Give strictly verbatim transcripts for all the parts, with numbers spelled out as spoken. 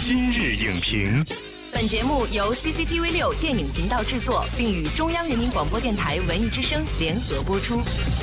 今日影评。 本节目由 C C T V 六电影频道制作，并与中央人民广播电台文艺之声联合播出。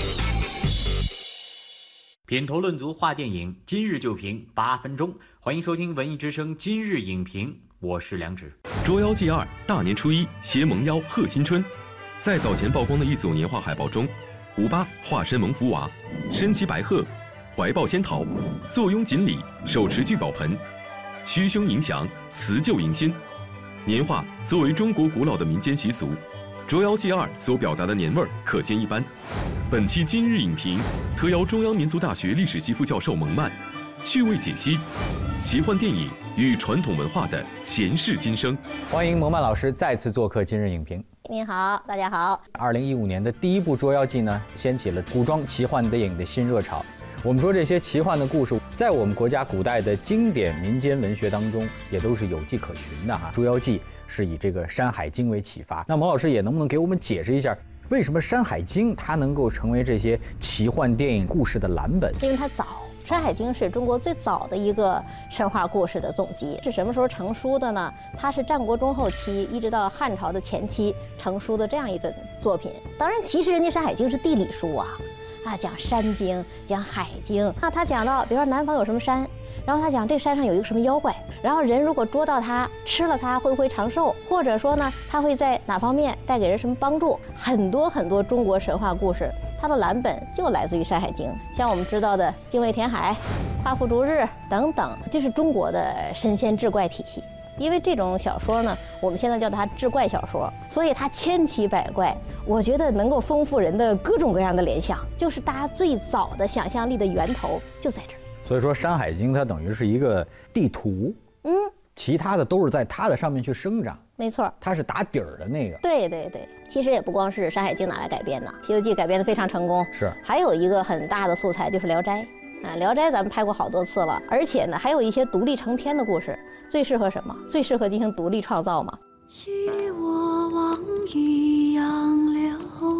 品头论足话电影，今日就评八分钟。欢迎收听文艺之声今日影评，我是梁植。 《捉妖记二》大年初一携萌妖贺新春，在早前曝光的一组年画海报中，胡巴化身蒙福娃，身骑白鹤，怀抱仙桃，坐拥锦鲤，手持聚宝盆，驱凶迎祥，辞旧迎新。年画作为中国古老的民间习俗，《捉妖记二》所表达的年味儿可见一斑。本期今日影评特邀中央民族大学历史系副教授蒙曼，趣味解析奇幻电影与传统文化的前世今生。 欢迎蒙曼老师再次做客今日影评。 您好，大家好。 二零一五年的第一部《捉妖记》呢，掀起了古装奇幻电影的新热潮。我们说这些奇幻的故事，在我们国家古代的经典民间文学当中，也都是有迹可循的哈。《捉妖记》是以这个《山海经》为启发，那蒙老师也能不能给我们解释一下，为什么《山海经》它能够成为这些奇幻电影故事的蓝本？ 因为它早。《山海经》是中国最早的一个神话故事的总集，是什么时候成书的呢？它是战国中后期一直到汉朝的前期成书的这样一本作品。当然，其实人家《山海经》是地理书啊，啊，讲山经，讲海经。那他讲到，比如说南方有什么山，然后他讲这山上有一个什么妖怪，然后人如果捉到它，吃了它会不会长寿，或者说呢，它会在哪方面带给人什么帮助？很多很多中国神话故事。它的蓝本就来自于《山海经》，像我们知道的精卫填海、夸父逐日等等，这是中国的神仙志怪体系。因为这种小说呢，我们现在叫它志怪小说，所以它千奇百怪，我觉得能够丰富人的各种各样的联想，就是大家最早的想象力的源头就在这儿。 所以说，《山海经》它等于是一个地图，嗯，其他的都是在它的上面去生长。 没错， 它是打底儿的那个。 对对对，其实也不光是《山海经》拿来改编的，《西游记》改编的非常成功。 是， 还有一个很大的素材就是《聊斋》啊，《聊斋》咱们拍过好多次了，而且呢，还有一些独立成篇的故事，最适合什么？最适合进行独立创造嘛。 许我往渔阳流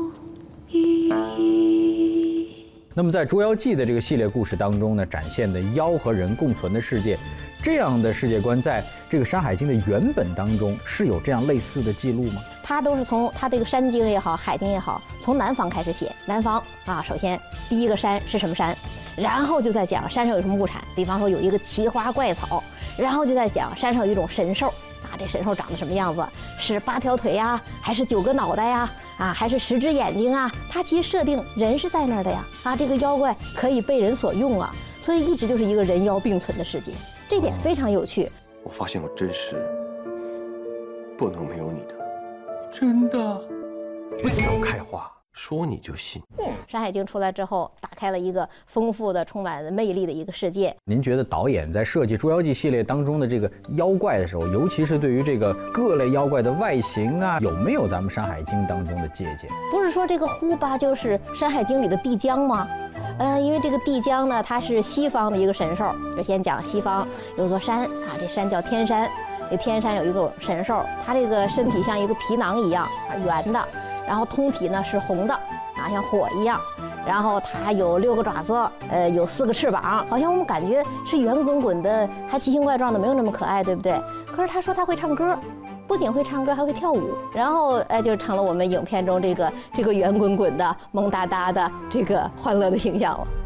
一。 那么在《捉妖记》的这个系列故事当中呢，展现的妖和人共存的世界。这样的世界观，在这个《山海经》的原本当中是有这样类似的记录吗？ 它都是从它这个山经也好，海经也好，从南方开始写。南方啊，首先第一个山是什么山，然后就在讲山上有什么物产，比方说有一个奇花怪草，然后就在讲山上有一种神兽啊，这神兽长得什么样子，是八条腿呀，还是九个脑袋呀，啊，还是十只眼睛啊？它其实设定人是在那儿的呀，啊，这个妖怪可以被人所用啊，所以一直就是一个人妖并存的世界。这点非常有趣。 我发现我真实不能没有你的，真的。 不要开花， 说你就信。 嗯，《山海经》出来之后，打开了一个丰富的、充满魅力的一个世界。 您觉得导演在设计《捉妖记》系列当中的这个妖怪的时候，尤其是对于这个各类妖怪的外形啊，有没有咱们《山海经》当中的借鉴？ 不是说这个呼巴就是《山海经》里的帝江吗？呃，因为这个帝江呢，它是西方的一个神兽。就先讲西方有座山啊，这山叫天山。这天山有一个神兽，它这个身体像一个皮囊一样，圆的，然后通体呢是红的啊，像火一样。然后它有六个爪子，呃，有四个翅膀，好像我们感觉是圆滚滚的，还奇形怪状的，没有那么可爱，对不对？可是他说他会唱歌。不仅会唱歌，还会跳舞，然后哎，就成了我们影片中这个这个圆滚滚的、萌哒哒的这个欢乐的形象了。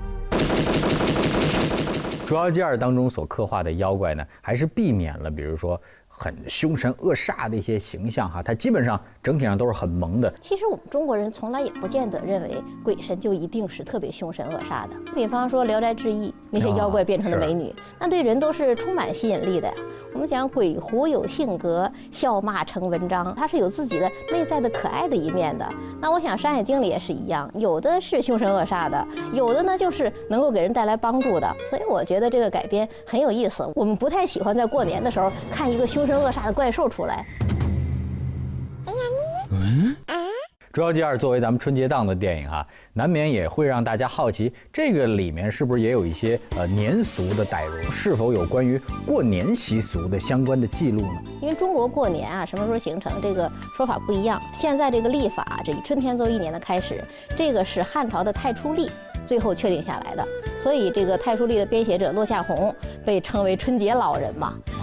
《捉妖记二》当中所刻画的妖怪呢，还是避免了，比如说很凶神恶煞的一些形象哈，它基本上整体上都是很萌的。 其实我们中国人从来也不见得认为鬼神就一定是特别凶神恶煞的。比方说《聊斋志异》那些妖怪变成的美女，那对人都是充满吸引力的呀。我们讲鬼狐有性格，笑骂成文章，它是有自己的内在的可爱的一面的。那我想《山海经》里也是一样，有的是凶神恶煞的，有的呢就是能够给人带来帮助的。所以我觉得这个改编很有意思。我们不太喜欢在过年的时候看一个凶神恶煞的怪兽出来。 嗯。《捉妖记二》作为咱们春节档的电影啊，难免也会让大家好奇，这个里面是不是也有一些呃年俗的带入？是否有关于过年习俗的相关的记录呢？ 因为中国过年啊，什么时候形成这个说法不一样。现在这个历法，这以春天作为一年的开始，这个是汉朝的太初历最后确定下来的。所以这个太初历的编写者骆夏宏被称为春节老人嘛。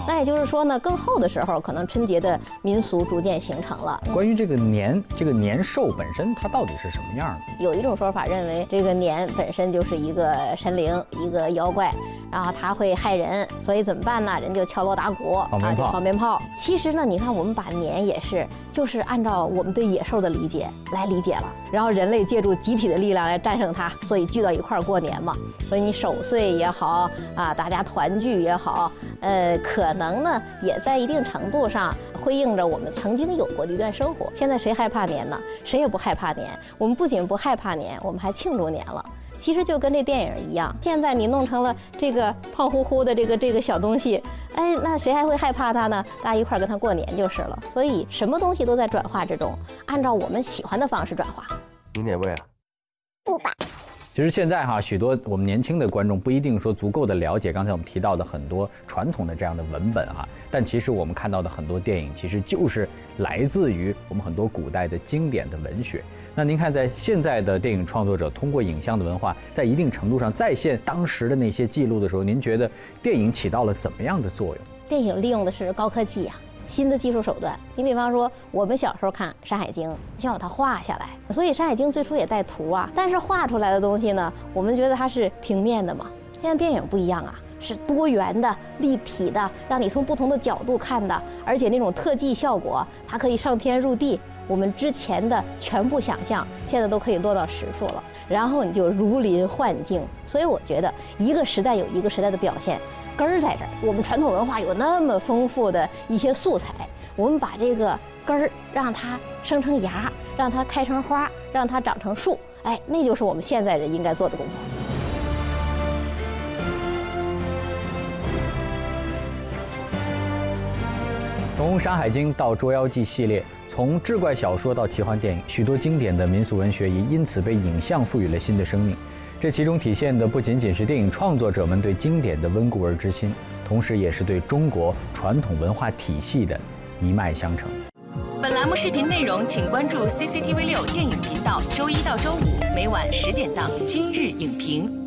那也就是说呢，更后的时候，可能春节的民俗逐渐形成了。 关于这个年，这个年兽本身它到底是什么样的？ 有一种说法认为，这个年本身就是一个神灵，一个妖怪，然后它会害人，所以怎么办呢？人就敲锣打鼓， 放鞭炮， 啊、放鞭炮。其实呢，你看我们把年也是，就是按照我们对野兽的理解来理解了，然后人类借助集体的力量来战胜它，所以聚到一块儿过年嘛。所以你守岁也好啊，大家团聚也好，呃，可能呢也在一定程度上辉映着我们曾经有过的一段生活。现在谁害怕年呢？谁也不害怕年。我们不仅不害怕年，我们还庆祝年了。其实就跟这电影一样，现在你弄成了这个胖乎乎的这个这个小东西，哎，那谁还会害怕它呢？大家一块儿跟它过年就是了。所以什么东西都在转化之中，按照我们喜欢的方式转化。 你哪位啊？ 不吧。 其实现在哈，许多我们年轻的观众不一定说足够的了解刚才我们提到的很多传统的这样的文本啊，但其实我们看到的很多电影，其实就是来自于我们很多古代的经典的文学。那您看，在现在的电影创作者通过影像的文化，在一定程度上再现当时的那些记录的时候，您觉得电影起到了怎么样的作用？ 电影利用的是高科技啊。新的技术手段，你比方说，我们小时候看《山海经》，先把它画下来，所以《山海经》最初也带图啊，但是画出来的东西呢，我们觉得它是平面的嘛。现在电影不一样啊，是多元的、立体的，让你从不同的角度看的，而且那种特技效果，它可以上天入地，我们之前的全部想象，现在都可以落到实处了。然后你就如临幻境，所以我觉得一个时代有一个时代的表现。根儿在这儿，我们传统文化有那么丰富的一些素材，我们把这个根儿让它生成芽，让它开成花，让它长成树，哎，那就是我们现在人应该做的工作。 从《山海经》到《捉妖记》系列，从志怪小说到奇幻电影，许多经典的民俗文学也因此被影像赋予了新的生命。这其中体现的不仅仅是电影创作者们对经典的温故而知新，同时也是对中国传统文化体系的一脉相承。 本栏目视频内容，请关注 C C T V 六电影频道，周一到周五每晚十点档《今日影评》。